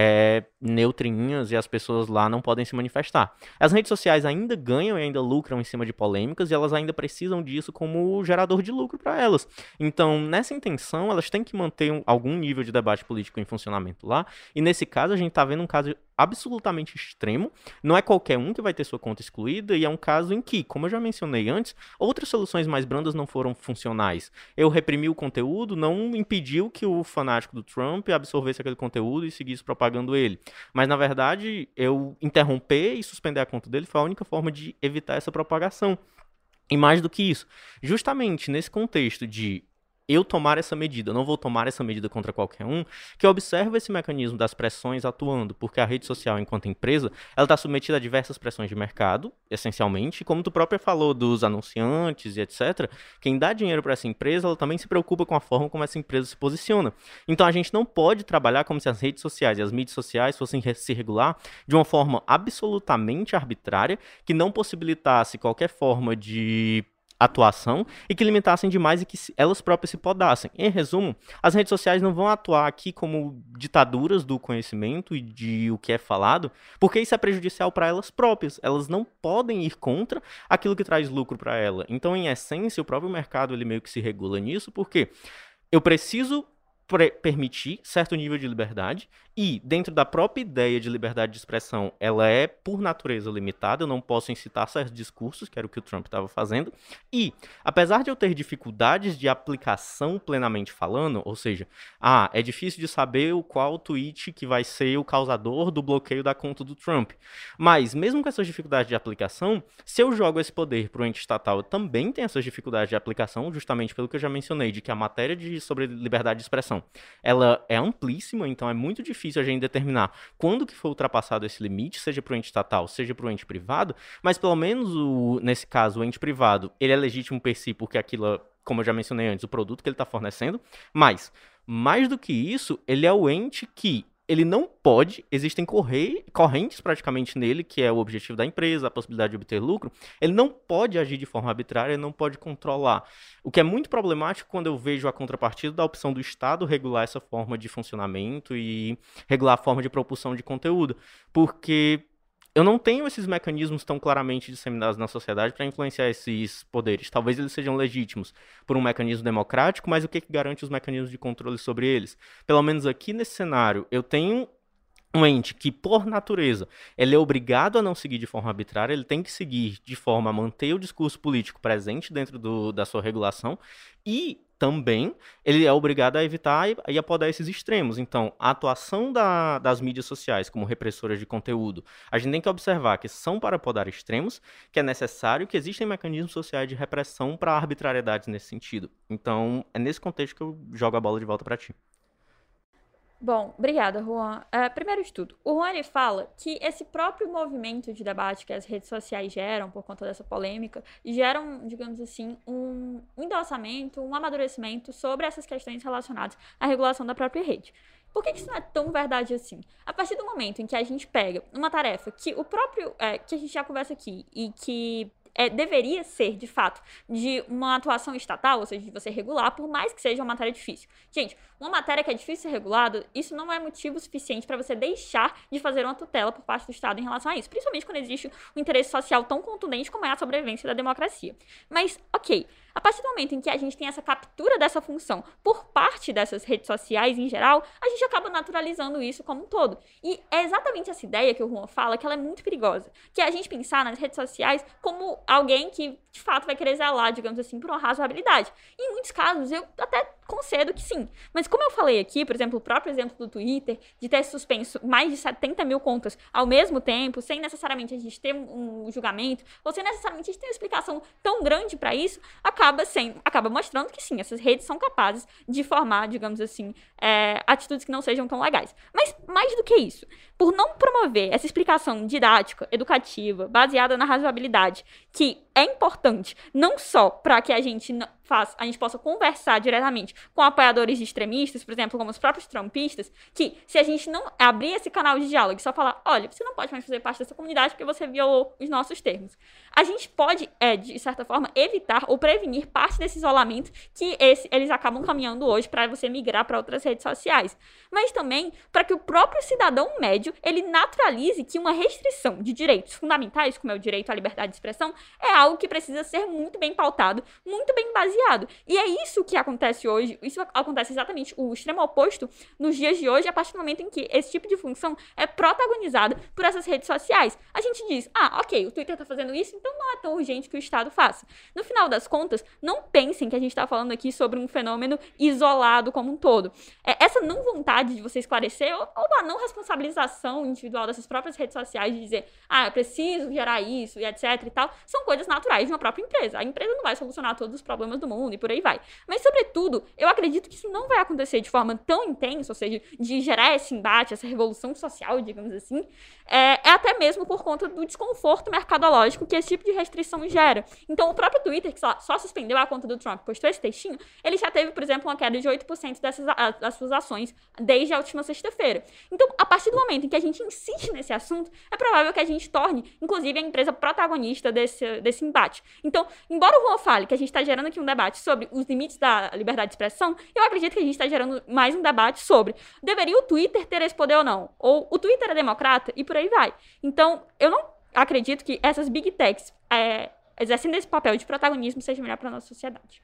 neutrinhas e as pessoas lá não podem se manifestar. As redes sociais ainda ganham e ainda lucram em cima de polêmicas e elas ainda precisam disso como gerador de lucro para elas. Então, nessa intenção, elas têm que manter algum nível de debate político em funcionamento lá, e nesse caso a gente está vendo um caso absolutamente extremo, não é qualquer um que vai ter sua conta excluída, e é um caso em que, como eu já mencionei antes, outras soluções mais brandas não foram funcionais. Eu reprimi o conteúdo, não impediu que o fanático do Trump absorvesse aquele conteúdo e seguisse propagando ele. Mas, na verdade, eu interromper e suspender a conta dele foi a única forma de evitar essa propagação. E mais do que isso, justamente nesse contexto de eu tomar essa medida, eu não vou tomar essa medida contra qualquer um, que eu observo esse mecanismo das pressões atuando, porque a rede social, enquanto empresa, ela está submetida a diversas pressões de mercado, essencialmente, como tu própria falou dos anunciantes e etc., quem dá dinheiro para essa empresa, ela também se preocupa com a forma como essa empresa se posiciona. Então a gente não pode trabalhar como se as redes sociais e as mídias sociais fossem se regular de uma forma absolutamente arbitrária, que não possibilitasse qualquer forma de atuação e que limitassem demais e que elas próprias se podassem. Em resumo, as redes sociais não vão atuar aqui como ditaduras do conhecimento e de o que é falado, porque isso é prejudicial para elas próprias. Elas não podem ir contra aquilo que traz lucro para ela. Então, em essência, o próprio mercado ele meio que se regula nisso, porque eu preciso permitir certo nível de liberdade e, dentro da própria ideia de liberdade de expressão, ela é, por natureza, limitada. Eu não posso incitar certos discursos, que era o que o Trump estava fazendo. E, apesar de eu ter dificuldades de aplicação plenamente falando, ou seja, é difícil de saber qual tweet que vai ser o causador do bloqueio da conta do Trump. Mas, mesmo com essas dificuldades de aplicação, se eu jogo esse poder para o ente estatal, eu também tenho essas dificuldades de aplicação, justamente pelo que eu já mencionei, de que a matéria sobre liberdade de expressão ela é amplíssima, então é muito difícil a gente determinar quando que foi ultrapassado esse limite, seja para o ente estatal, seja para o ente privado, mas pelo menos nesse caso o ente privado, ele é legítimo per si porque aquilo como eu já mencionei antes, o produto que ele está fornecendo, mas, mais do que isso, ele é o ente que ele não pode, existem correntes praticamente nele, que é o objetivo da empresa, a possibilidade de obter lucro, ele não pode agir de forma arbitrária, ele não pode controlar. O que é muito problemático quando eu vejo a contrapartida da opção do Estado regular essa forma de funcionamento e regular a forma de propulsão de conteúdo, porque eu não tenho esses mecanismos tão claramente disseminados na sociedade para influenciar esses poderes. Talvez eles sejam legítimos por um mecanismo democrático, mas o que garante os mecanismos de controle sobre eles? Pelo menos aqui nesse cenário, eu tenho um ente que, por natureza, ele é obrigado a não seguir de forma arbitrária, ele tem que seguir de forma a manter o discurso político presente dentro da sua regulação e também ele é obrigado a evitar e apodar esses extremos. Então, a atuação das mídias sociais como repressoras de conteúdo, a gente tem que observar que são para podar extremos, que é necessário que existem mecanismos sociais de repressão para arbitrariedades nesse sentido. Então, é nesse contexto que eu jogo a bola de volta para ti. Bom, obrigada, Juan. Primeiro de tudo, o Juan ele fala que esse próprio movimento de debate que as redes sociais geram por conta dessa polêmica, geram, digamos assim, um endossamento, um amadurecimento sobre essas questões relacionadas à regulação da própria rede. Por que isso não é tão verdade assim? A partir do momento em que a gente pega uma tarefa que o próprio, que a gente já conversa aqui e que deveria ser, de fato, de uma atuação estatal, ou seja, de você regular, por mais que seja uma matéria difícil. Gente, uma matéria que é difícil ser regulada, isso não é motivo suficiente para você deixar de fazer uma tutela por parte do Estado em relação a isso, principalmente quando existe um interesse social tão contundente como é a sobrevivência da democracia. Mas, ok, a partir do momento em que a gente tem essa captura dessa função por parte dessas redes sociais em geral, a gente acaba naturalizando isso como um todo. E é exatamente essa ideia que o Juan fala, que ela é muito perigosa, que é a gente pensar nas redes sociais como alguém que, de fato, vai querer zelar, digamos assim, por uma razoabilidade. E em muitos casos, eu até concedo que sim. Mas como eu falei aqui, por exemplo, o próprio exemplo do Twitter, de ter suspenso mais de 70 mil contas ao mesmo tempo, sem necessariamente a gente ter um julgamento, ou sem necessariamente a gente ter uma explicação tão grande para isso, acaba mostrando que sim, essas redes são capazes de formar, digamos assim, atitudes que não sejam tão legais. Mas mais do que isso, por não promover essa explicação didática, educativa, baseada na razoabilidade, que é importante não só para que a gente possa conversar diretamente com apoiadores extremistas, por exemplo, como os próprios trumpistas, que se a gente não abrir esse canal de diálogo e só falar, olha, você não pode mais fazer parte dessa comunidade porque você violou os nossos termos, a gente pode, de certa forma, evitar ou prevenir parte desse isolamento que eles acabam caminhando hoje para você migrar para outras redes sociais. Mas também para que o próprio cidadão médio, ele naturalize que uma restrição de direitos fundamentais, como é o direito à liberdade de expressão, é algo que precisa ser muito bem pautado, muito bem baseado. E é isso que acontece hoje, isso acontece exatamente o extremo oposto nos dias de hoje, a partir do momento em que esse tipo de função é protagonizada por essas redes sociais. A gente diz, ok, o Twitter tá fazendo isso, então não é tão urgente que o Estado faça. No final das contas, não pensem que a gente está falando aqui sobre um fenômeno isolado como um todo. Essa não vontade de você esclarecer, ou a não responsabilização individual dessas próprias redes sociais de dizer, eu preciso gerar isso e etc e tal, são coisas naturais de uma própria empresa. A empresa não vai solucionar todos os problemas do mundo e por aí vai. Mas, sobretudo, eu acredito que isso não vai acontecer de forma tão intensa, ou seja, de gerar esse embate, essa revolução social, digamos assim, até mesmo por conta do desconforto mercadológico que esse tipo de restrição gera. Então, o próprio Twitter, que só suspendeu a conta do Trump, postou esse textinho, ele já teve, por exemplo, uma queda de 8% das suas ações desde a última sexta-feira. Então, a partir do momento em que a gente insiste nesse assunto, é provável que a gente torne, inclusive, a empresa protagonista desse embate. Então, embora o Juan fale que a gente está gerando aqui um debate sobre os limites da liberdade de expressão, eu acredito que a gente está gerando mais um debate sobre deveria o Twitter ter esse poder ou não? Ou o Twitter é democrata? E por aí vai. Então, eu não acredito que essas big techs exercendo esse papel de protagonismo seja melhor para a nossa sociedade.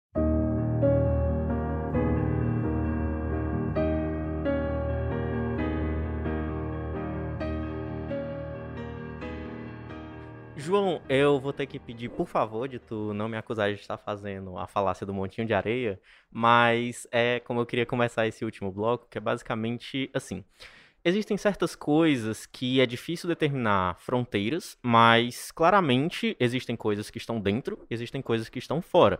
João, eu vou ter que pedir, por favor, de tu não me acusar de estar fazendo a falácia do montinho de areia, mas é como eu queria começar esse último bloco, que é basicamente assim. Existem certas coisas que é difícil determinar fronteiras, mas claramente existem coisas que estão dentro, existem coisas que estão fora.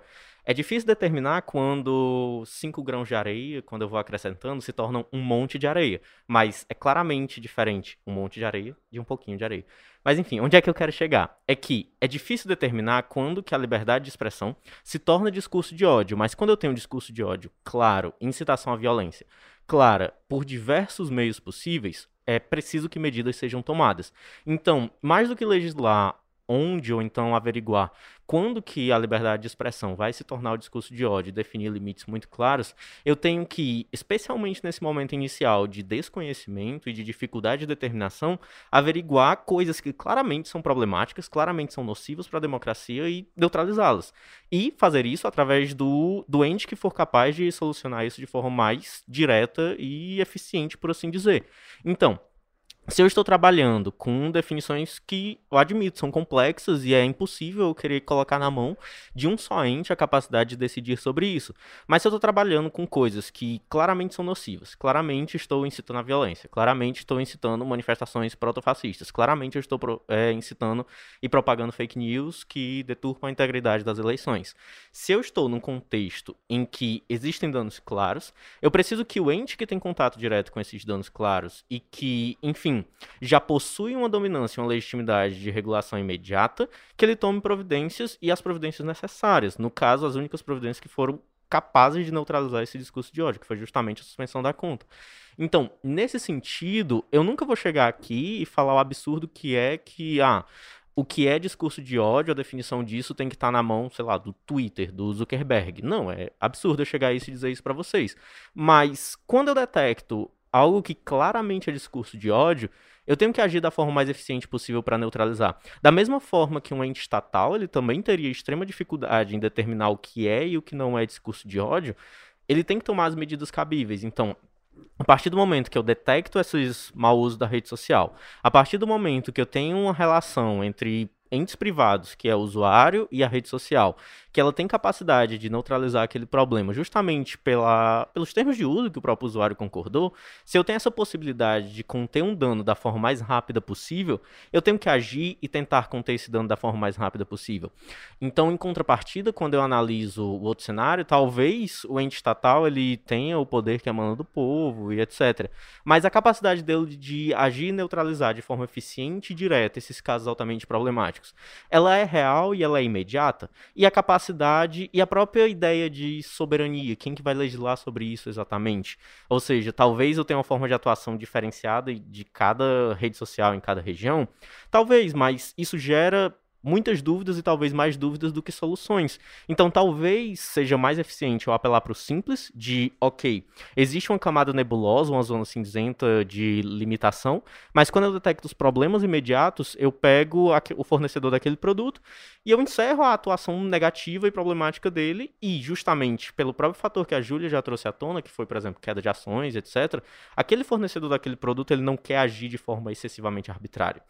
É difícil determinar quando 5 grãos de areia, quando eu vou acrescentando, se tornam um monte de areia. Mas é claramente diferente um monte de areia de um pouquinho de areia. Mas enfim, onde é que eu quero chegar? É que é difícil determinar quando que a liberdade de expressão se torna discurso de ódio. Mas quando eu tenho um discurso de ódio claro, incitação à violência, clara, por diversos meios possíveis, é preciso que medidas sejam tomadas. Então, mais do que legislar onde ou então averiguar quando que a liberdade de expressão vai se tornar o discurso de ódio e definir limites muito claros, eu tenho que, especialmente nesse momento inicial de desconhecimento e de dificuldade de determinação, averiguar coisas que claramente são problemáticas, claramente são nocivas para a democracia e neutralizá-las. E fazer isso através do ente que for capaz de solucionar isso de forma mais direta e eficiente, por assim dizer. Então, se eu estou trabalhando com definições que, eu admito, são complexas e é impossível eu querer colocar na mão de um só ente a capacidade de decidir sobre isso. Mas se eu estou trabalhando com coisas que claramente são nocivas, claramente estou incitando a violência, claramente estou incitando manifestações protofascistas, claramente eu estou incitando e propagando fake news que deturpam a integridade das eleições. Se eu estou num contexto em que existem danos claros, eu preciso que o ente que tem contato direto com esses danos claros e que, enfim, já possui uma dominância, uma legitimidade de regulação imediata, que ele tome providências e as providências necessárias. No caso, as únicas providências que foram capazes de neutralizar esse discurso de ódio, que foi justamente a suspensão da conta. Então, nesse sentido, eu nunca vou chegar aqui e falar o absurdo que é que, o que é discurso de ódio, a definição disso tem que estar na mão, sei lá, do Twitter, do Zuckerberg. Não, é absurdo eu chegar a isso e dizer isso pra vocês. Mas, quando eu detecto algo que claramente é discurso de ódio, eu tenho que agir da forma mais eficiente possível para neutralizar. Da mesma forma que um ente estatal, ele também teria extrema dificuldade em determinar o que é e o que não é discurso de ódio, ele tem que tomar as medidas cabíveis. Então, a partir do momento que eu detecto esses mau usos da rede social, a partir do momento que eu tenho uma relação entre entes privados, que é o usuário e a rede social, que ela tem capacidade de neutralizar aquele problema justamente pelos termos de uso que o próprio usuário concordou, se eu tenho essa possibilidade de conter um dano da forma mais rápida possível, eu tenho que agir e tentar conter esse dano da forma mais rápida possível. Então, em contrapartida, quando eu analiso o outro cenário, talvez o ente estatal ele tenha o poder que emana do povo e etc. Mas a capacidade dele de agir e neutralizar de forma eficiente e direta esses casos altamente problemáticos, ela é real e ela é imediata, e a capacidade e a própria ideia de soberania, quem que vai legislar sobre isso exatamente? Ou seja, talvez eu tenha uma forma de atuação diferenciada de cada rede social em cada região, talvez, mas isso gera muitas dúvidas e talvez mais dúvidas do que soluções. Então, talvez seja mais eficiente eu apelar para o simples de, ok, existe uma camada nebulosa, uma zona cinzenta de limitação, mas quando eu detecto os problemas imediatos, eu pego o fornecedor daquele produto e eu encerro a atuação negativa e problemática dele e, justamente pelo próprio fator que a Júlia já trouxe à tona, que foi, por exemplo, queda de ações, etc., aquele fornecedor daquele produto, ele não quer agir de forma excessivamente arbitrária.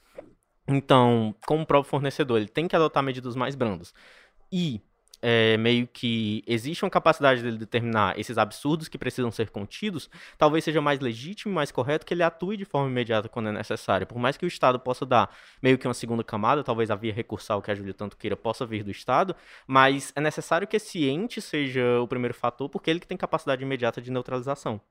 Então, como o próprio fornecedor, ele tem que adotar medidas mais brandas. E meio que existe uma capacidade dele determinar esses absurdos que precisam ser contidos, talvez seja mais legítimo e mais correto que ele atue de forma imediata quando é necessário. Por mais que o Estado possa dar meio que uma segunda camada, talvez a via recursal que a Júlia tanto queira possa vir do Estado, mas é necessário que esse ente seja o primeiro fator, porque ele que tem capacidade imediata de neutralização.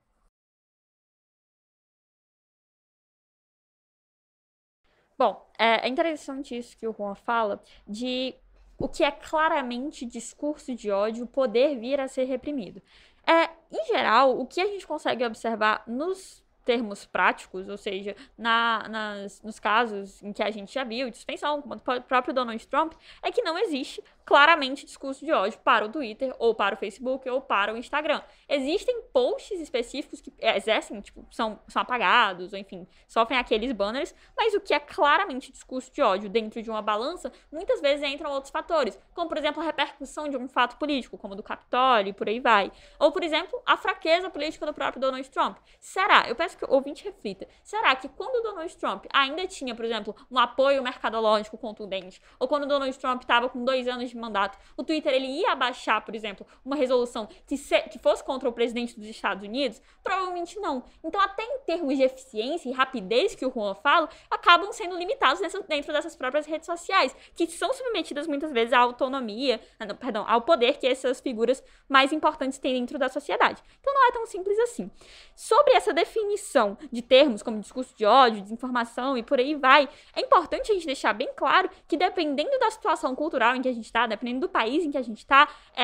Bom, é interessante isso que o Juan fala, de o que é claramente discurso de ódio poder vir a ser reprimido. Em geral, o que a gente consegue observar nos termos práticos, ou seja, nos casos em que a gente já viu de suspensão, como o próprio Donald Trump, é que não existe claramente discurso de ódio para o Twitter, ou para o Facebook, ou para o Instagram. Existem posts específicos que exercem, são apagados, ou enfim, sofrem aqueles banners, mas o que é claramente discurso de ódio dentro de uma balança, muitas vezes entram outros fatores, como, por exemplo, a repercussão de um fato político, como o do Capitólio, e por aí vai. Ou, por exemplo, a fraqueza política do próprio Donald Trump. Eu peço que o ouvinte reflita, será que quando o Donald Trump ainda tinha, por exemplo, um apoio mercadológico contundente, ou quando o Donald Trump estava com 2 anos de mandato, o Twitter ele ia abaixar, por exemplo, uma resolução que fosse contra o presidente dos Estados Unidos? Provavelmente não. Então, até em termos de eficiência e rapidez que o Juan fala, acabam sendo limitados dentro dessas próprias redes sociais, que são submetidas muitas vezes à autonomia, ao poder que essas figuras mais importantes têm dentro da sociedade. Então, não é tão simples assim. Sobre essa definição de termos como discurso de ódio, desinformação e por aí vai, é importante a gente deixar bem claro que dependendo da situação cultural em que a gente está, dependendo do país em que a gente está,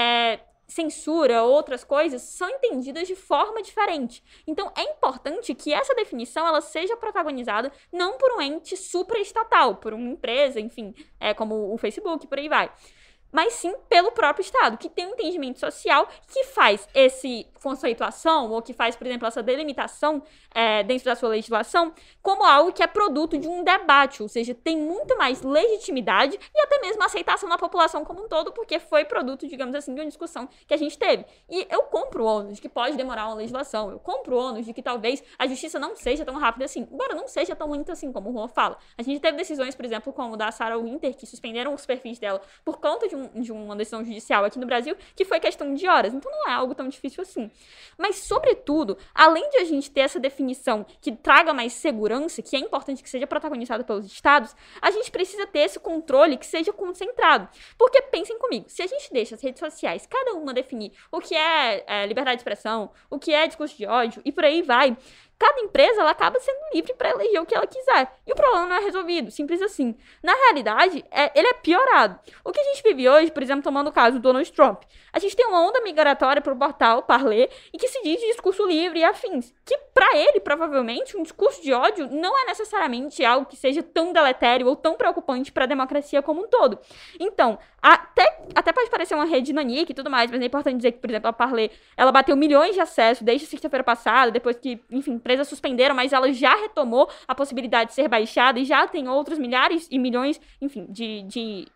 censura, outras coisas, são entendidas de forma diferente. Então, é importante que essa definição ela seja protagonizada não por um ente supraestatal, por uma empresa, enfim, como o Facebook, por aí vai, mas sim pelo próprio Estado, que tem um entendimento social que faz essa conceituação, ou que faz, por exemplo, essa delimitação dentro da sua legislação, como algo que é produto de um debate, ou seja, tem muito mais legitimidade e até mesmo aceitação na população como um todo, porque foi produto, digamos assim, de uma discussão que a gente teve. E eu compro o ônus de que pode demorar uma legislação, eu compro o ônus de que talvez a justiça não seja tão rápida assim, embora não seja tão lenta assim, como o Juan fala. A gente teve decisões, por exemplo, como da Sarah Winter, que suspenderam os perfis dela por conta de uma decisão judicial aqui no Brasil, que foi questão de horas. Então não é algo tão difícil assim. Mas, sobretudo, além de a gente ter essa definição que traga mais segurança, que é importante que seja protagonizada pelos estados, a gente precisa ter esse controle que seja concentrado. Porque, pensem comigo, se a gente deixa as redes sociais, cada uma definir o que é liberdade de expressão, o que é discurso de ódio, e por aí vai, cada empresa ela acaba sendo livre para eleger o que ela quiser. E o problema não é resolvido, simples assim. Na realidade, ele é piorado. O que a gente vive hoje, por exemplo, tomando o caso do Donald Trump, a gente tem uma onda migratória para o portal Parler e que se diz de discurso livre e afins. Que para ele, provavelmente, um discurso de ódio não é necessariamente algo que seja tão deletério ou tão preocupante para a democracia como um todo. Então, até pode parecer uma rede nanica e tudo mais, mas é importante dizer que, por exemplo, a Parler, ela bateu milhões de acessos desde sexta-feira passada, depois que, enfim, empresas suspenderam, mas ela já retomou a possibilidade de ser baixada e já tem outros milhares e milhões, enfim, de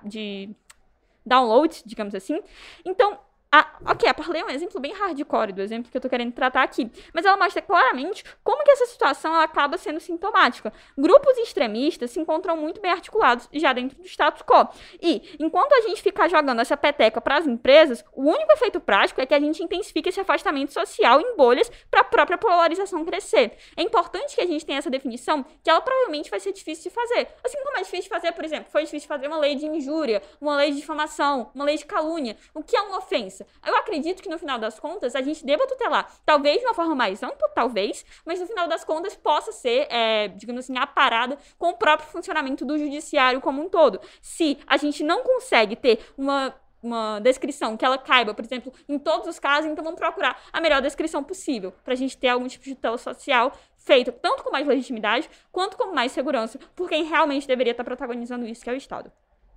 downloads, digamos assim. Então, a Parler é um exemplo bem hardcore do exemplo que eu tô querendo tratar aqui, mas ela mostra claramente como que essa situação ela acaba sendo sintomática. Grupos extremistas se encontram muito bem articulados já dentro do status quo. E, enquanto a gente ficar jogando essa peteca para as empresas, o único efeito prático é que a gente intensifica esse afastamento social em bolhas para a própria polarização crescer. É importante que a gente tenha essa definição, que ela provavelmente vai ser difícil de fazer. Assim como é difícil de fazer, por exemplo, foi difícil de fazer uma lei de injúria, uma lei de difamação, uma lei de calúnia. O que é uma ofensa? Eu acredito que no final das contas a gente deva tutelar, talvez de uma forma mais ampla, talvez, mas no final das contas possa ser, digamos assim, aparada com o próprio funcionamento do judiciário como um todo. Se a gente não consegue ter uma descrição que ela caiba, por exemplo, em todos os casos, então vamos procurar a melhor descrição possível para a gente ter algum tipo de tutela social feita tanto com mais legitimidade quanto com mais segurança por quem realmente deveria estar protagonizando isso, que é o Estado.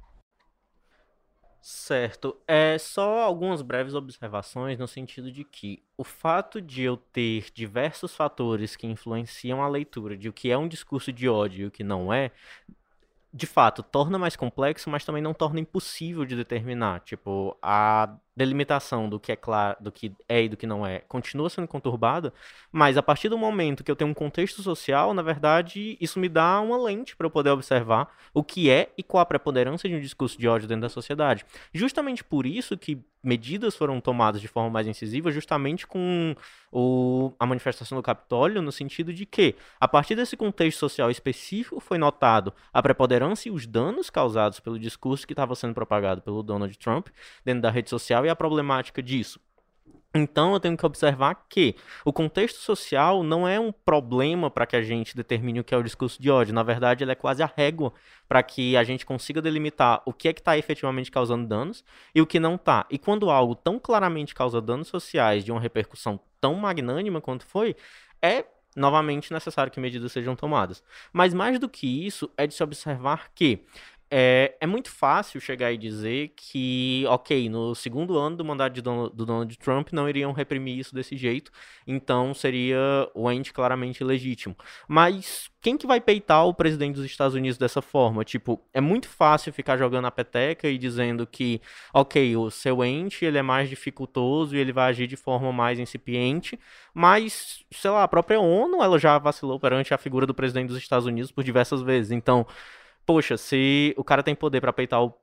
Certo. Só algumas breves observações no sentido de que o fato de eu ter diversos fatores que influenciam a leitura de o que é um discurso de ódio e o que não é, de fato, torna mais complexo, mas também não torna impossível de determinar. Tipo, a delimitação do que é claro, do que é e do que não é, continua sendo conturbada, mas a partir do momento que eu tenho um contexto social, na verdade, isso me dá uma lente para eu poder observar o que é e qual a preponderância de um discurso de ódio dentro da sociedade. Justamente por isso que medidas foram tomadas de forma mais incisiva, justamente com a manifestação do Capitólio, no sentido de que, a partir desse contexto social específico, foi notado a preponderância e os danos causados pelo discurso que estava sendo propagado pelo Donald Trump dentro da rede social e a problemática disso. Então, eu tenho que observar que o contexto social não é um problema para que a gente determine o que é o discurso de ódio. Na verdade, ele é quase a régua para que a gente consiga delimitar o que é que está efetivamente causando danos e o que não está. E quando algo tão claramente causa danos sociais de uma repercussão tão magnânima quanto foi, é novamente necessário que medidas sejam tomadas. Mas mais do que isso, é de se observar que é muito fácil chegar e dizer que, ok, no segundo ano do mandato do Donald Trump não iriam reprimir isso desse jeito, então seria o ente claramente legítimo. Mas quem que vai peitar o presidente dos Estados Unidos dessa forma? Tipo, é muito fácil ficar jogando a peteca e dizendo que, ok, o seu ente ele é mais dificultoso e ele vai agir de forma mais incipiente, mas, sei lá, a própria ONU ela já vacilou perante a figura do presidente dos Estados Unidos por diversas vezes, então... Poxa, se o cara tem poder pra peitar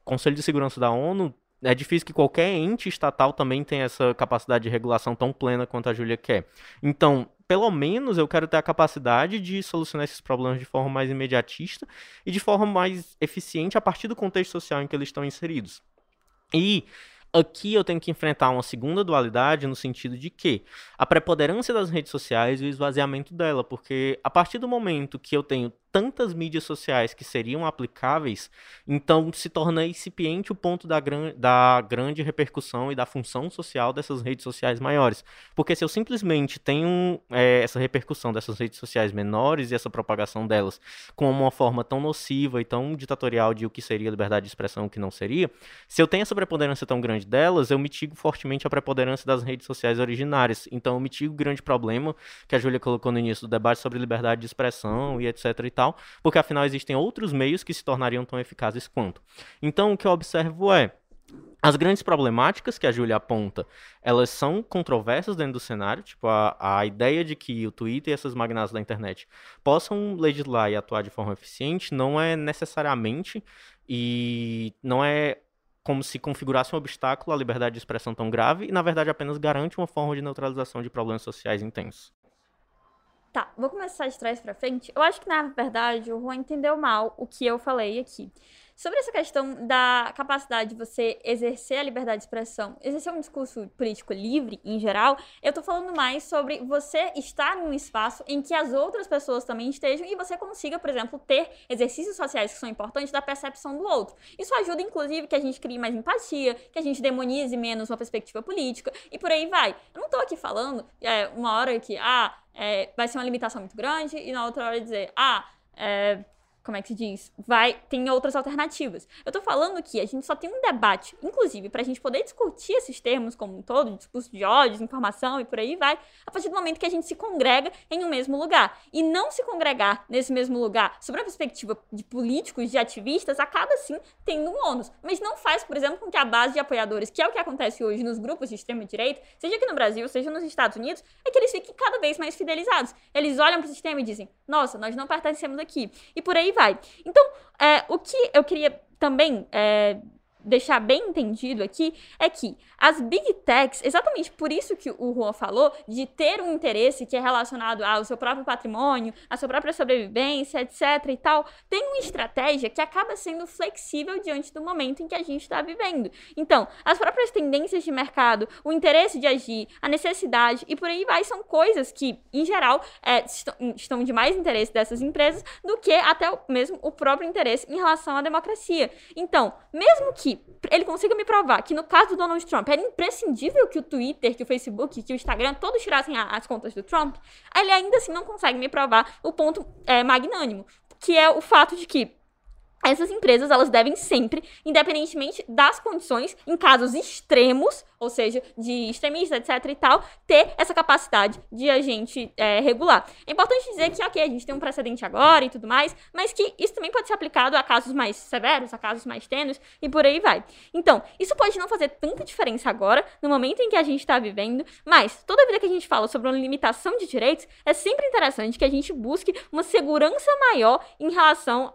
Conselho de Segurança da ONU, é difícil que qualquer ente estatal também tenha essa capacidade de regulação tão plena quanto a Júlia quer. Então, pelo menos eu quero ter a capacidade de solucionar esses problemas de forma mais imediatista e de forma mais eficiente a partir do contexto social em que eles estão inseridos. E aqui eu tenho que enfrentar uma segunda dualidade no sentido de que a preponderância das redes sociais e o esvaziamento dela, porque a partir do momento que eu tenho tantas mídias sociais que seriam aplicáveis, então se torna incipiente o ponto da grande repercussão e da função social dessas redes sociais maiores. Porque se eu simplesmente tenho essa repercussão dessas redes sociais menores e essa propagação delas com uma forma tão nociva e tão ditatorial de o que seria liberdade de expressão e o que não seria, se eu tenho essa preponderância tão grande delas, eu mitigo fortemente a preponderância das redes sociais originárias. Então eu mitigo o grande problema que a Júlia colocou no início do debate sobre liberdade de expressão e etc e tal, porque afinal existem outros meios que se tornariam tão eficazes quanto. Então o que eu observo é as grandes problemáticas que a Júlia aponta, elas são controversas dentro do cenário, tipo a ideia de que o Twitter e essas magnatas da internet possam legislar e atuar de forma eficiente não é necessariamente e não é como se configurasse um obstáculo à liberdade de expressão tão grave e, na verdade, apenas garante uma forma de neutralização de problemas sociais intensos. Tá, vou começar de trás pra frente. Eu acho que, na verdade, o Juan entendeu mal o que eu falei aqui. Sobre essa questão da capacidade de você exercer a liberdade de expressão, exercer um discurso político livre, em geral, eu tô falando mais sobre você estar num espaço em que as outras pessoas também estejam e você consiga, por exemplo, ter exercícios sociais que são importantes da percepção do outro. Isso ajuda, inclusive, que a gente crie mais empatia, que a gente demonize menos uma perspectiva política e por aí vai. Eu não tô aqui falando uma hora que, vai ser uma limitação muito grande e na outra hora dizer, como é que se diz? Tem outras alternativas. Eu tô falando que a gente só tem um debate, inclusive, pra gente poder discutir esses termos como um todo, discurso de ódio, desinformação e por aí vai, a partir do momento que a gente se congrega em um mesmo lugar. E não se congregar nesse mesmo lugar, sob a perspectiva de políticos, de ativistas, acaba sim tendo um ônus. Mas não faz, por exemplo, com que a base de apoiadores, que é o que acontece hoje nos grupos de extrema-direita, seja aqui no Brasil, seja nos Estados Unidos, é que eles fiquem cada vez mais fidelizados. Eles olham pro sistema e dizem, nossa, nós não pertencemos aqui. E por aí vai. Então, o que eu queria também deixar bem entendido aqui é que as Big Techs, exatamente por isso que o Juan falou, de ter um interesse que é relacionado ao seu próprio patrimônio, à sua própria sobrevivência, etc e tal, tem uma estratégia que acaba sendo flexível diante do momento em que a gente está vivendo. Então, as próprias tendências de mercado, o interesse de agir, a necessidade e por aí vai, são coisas que, em geral, estão de mais interesse dessas empresas do que até mesmo o próprio interesse em relação à democracia. Então, mesmo que ele consiga me provar que no caso do Donald Trump era imprescindível que o Twitter, que o Facebook, que o Instagram, todos tirassem as contas do Trump, ele ainda assim não consegue me provar o ponto magnânimo, que é o fato de que essas empresas, elas devem sempre, independentemente das condições, em casos extremos, ou seja, de extremistas, etc e tal, ter essa capacidade de a gente regular. É importante dizer que, ok, a gente tem um precedente agora e tudo mais, mas que isso também pode ser aplicado a casos mais severos, a casos mais tênues e por aí vai. Então, isso pode não fazer tanta diferença agora, no momento em que a gente está vivendo, mas toda vida que a gente fala sobre uma limitação de direitos, é sempre interessante que a gente busque uma segurança maior em relação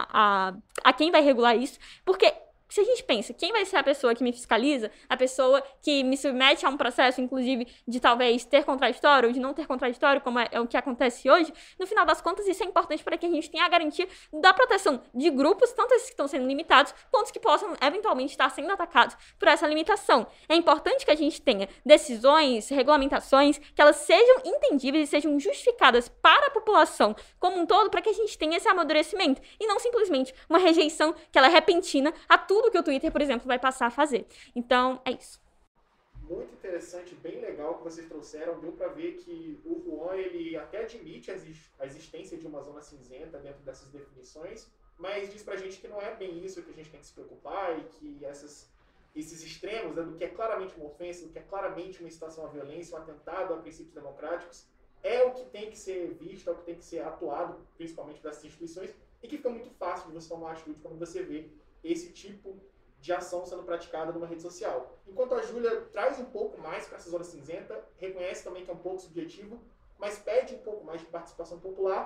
a quem vai regular isso, porque se a gente pensa, quem vai ser a pessoa que me fiscaliza, a pessoa que me submete a um processo, inclusive, de talvez ter contraditório ou de não ter contraditório, como é o que acontece hoje, no final das contas, isso é importante para que a gente tenha a garantia da proteção de grupos, tanto esses que estão sendo limitados, quanto os que possam, eventualmente, estar sendo atacados por essa limitação. É importante que a gente tenha decisões, regulamentações, que elas sejam entendíveis e sejam justificadas para a população como um todo, para que a gente tenha esse amadurecimento, e não simplesmente uma rejeição que ela é repentina a tudo que o Twitter, por exemplo, vai passar a fazer. Então, é isso. Muito interessante, bem legal que vocês trouxeram. Deu para ver que o Juan, ele até admite a existência de uma zona cinzenta dentro dessas definições, mas diz pra gente que não é bem isso que a gente tem que se preocupar e que esses extremos, do que é claramente uma ofensa, do que é claramente uma incitação à violência, um atentado a princípios democráticos, é o que tem que ser visto, é o que tem que ser atuado, principalmente dessas instituições, e que fica muito fácil de você tomar uma atitude quando você vê esse tipo de ação sendo praticada numa rede social. Enquanto a Júlia traz um pouco mais para essa zona cinzenta, reconhece também que é um pouco subjetivo, mas pede um pouco mais de participação popular,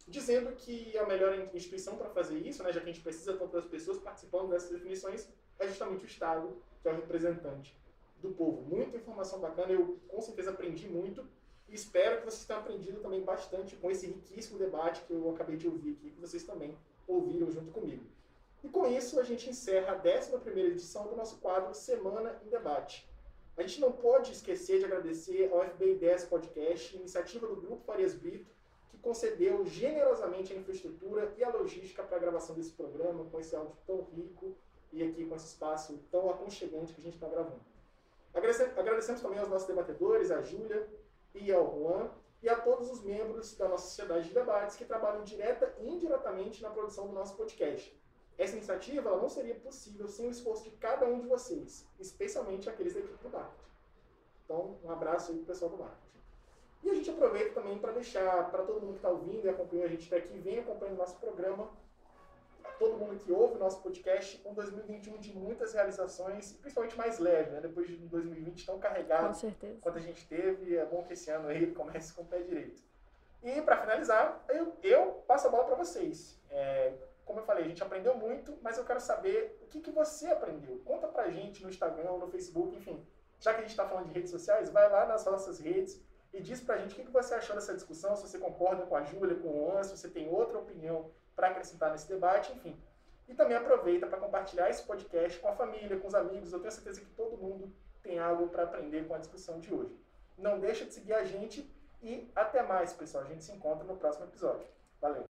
dizendo que a melhor instituição para fazer isso, né, já que a gente precisa de tantas pessoas participando dessas definições, é justamente o Estado, que é o representante do povo. Muita informação bacana, eu com certeza aprendi muito e espero que vocês tenham aprendido também bastante com esse riquíssimo debate que eu acabei de ouvir aqui, que vocês também ouviram junto comigo. E com isso a gente encerra a 11ª edição do nosso quadro Semana em Debate. A gente não pode esquecer de agradecer ao FB Ideias Podcast, iniciativa do Grupo Farias Brito, que concedeu generosamente a infraestrutura e a logística para a gravação desse programa, com esse áudio tão rico e aqui com esse espaço tão aconchegante que a gente está gravando. Agradecemos também aos nossos debatedores, a Júlia e ao Juan, e a todos os membros da nossa sociedade de debates que trabalham direta e indiretamente na produção do nosso podcast. Essa iniciativa ela não seria possível sem o esforço de cada um de vocês, especialmente aqueles da equipe do marketing. Então, um abraço aí pro pessoal do marketing. E a gente aproveita também para deixar para todo mundo que está ouvindo e acompanha a gente até aqui, vem acompanhando o nosso programa, todo mundo que ouve o nosso podcast, um 2021 de muitas realizações, principalmente mais leve, né? Depois de um 2020 tão carregado quanto a gente teve, é bom que esse ano aí comece com o pé direito. E para finalizar, eu passo a bola para vocês. Como eu falei, a gente aprendeu muito, mas eu quero saber o que você aprendeu. Conta pra gente no Instagram, no Facebook, enfim. Já que a gente está falando de redes sociais, vai lá nas nossas redes e diz pra gente o que você achou dessa discussão, se você concorda com a Júlia, com o Juan, se você tem outra opinião para acrescentar nesse debate, enfim. E também aproveita para compartilhar esse podcast com a família, com os amigos. Eu tenho certeza que todo mundo tem algo para aprender com a discussão de hoje. Não deixa de seguir a gente e até mais, pessoal. A gente se encontra no próximo episódio. Valeu!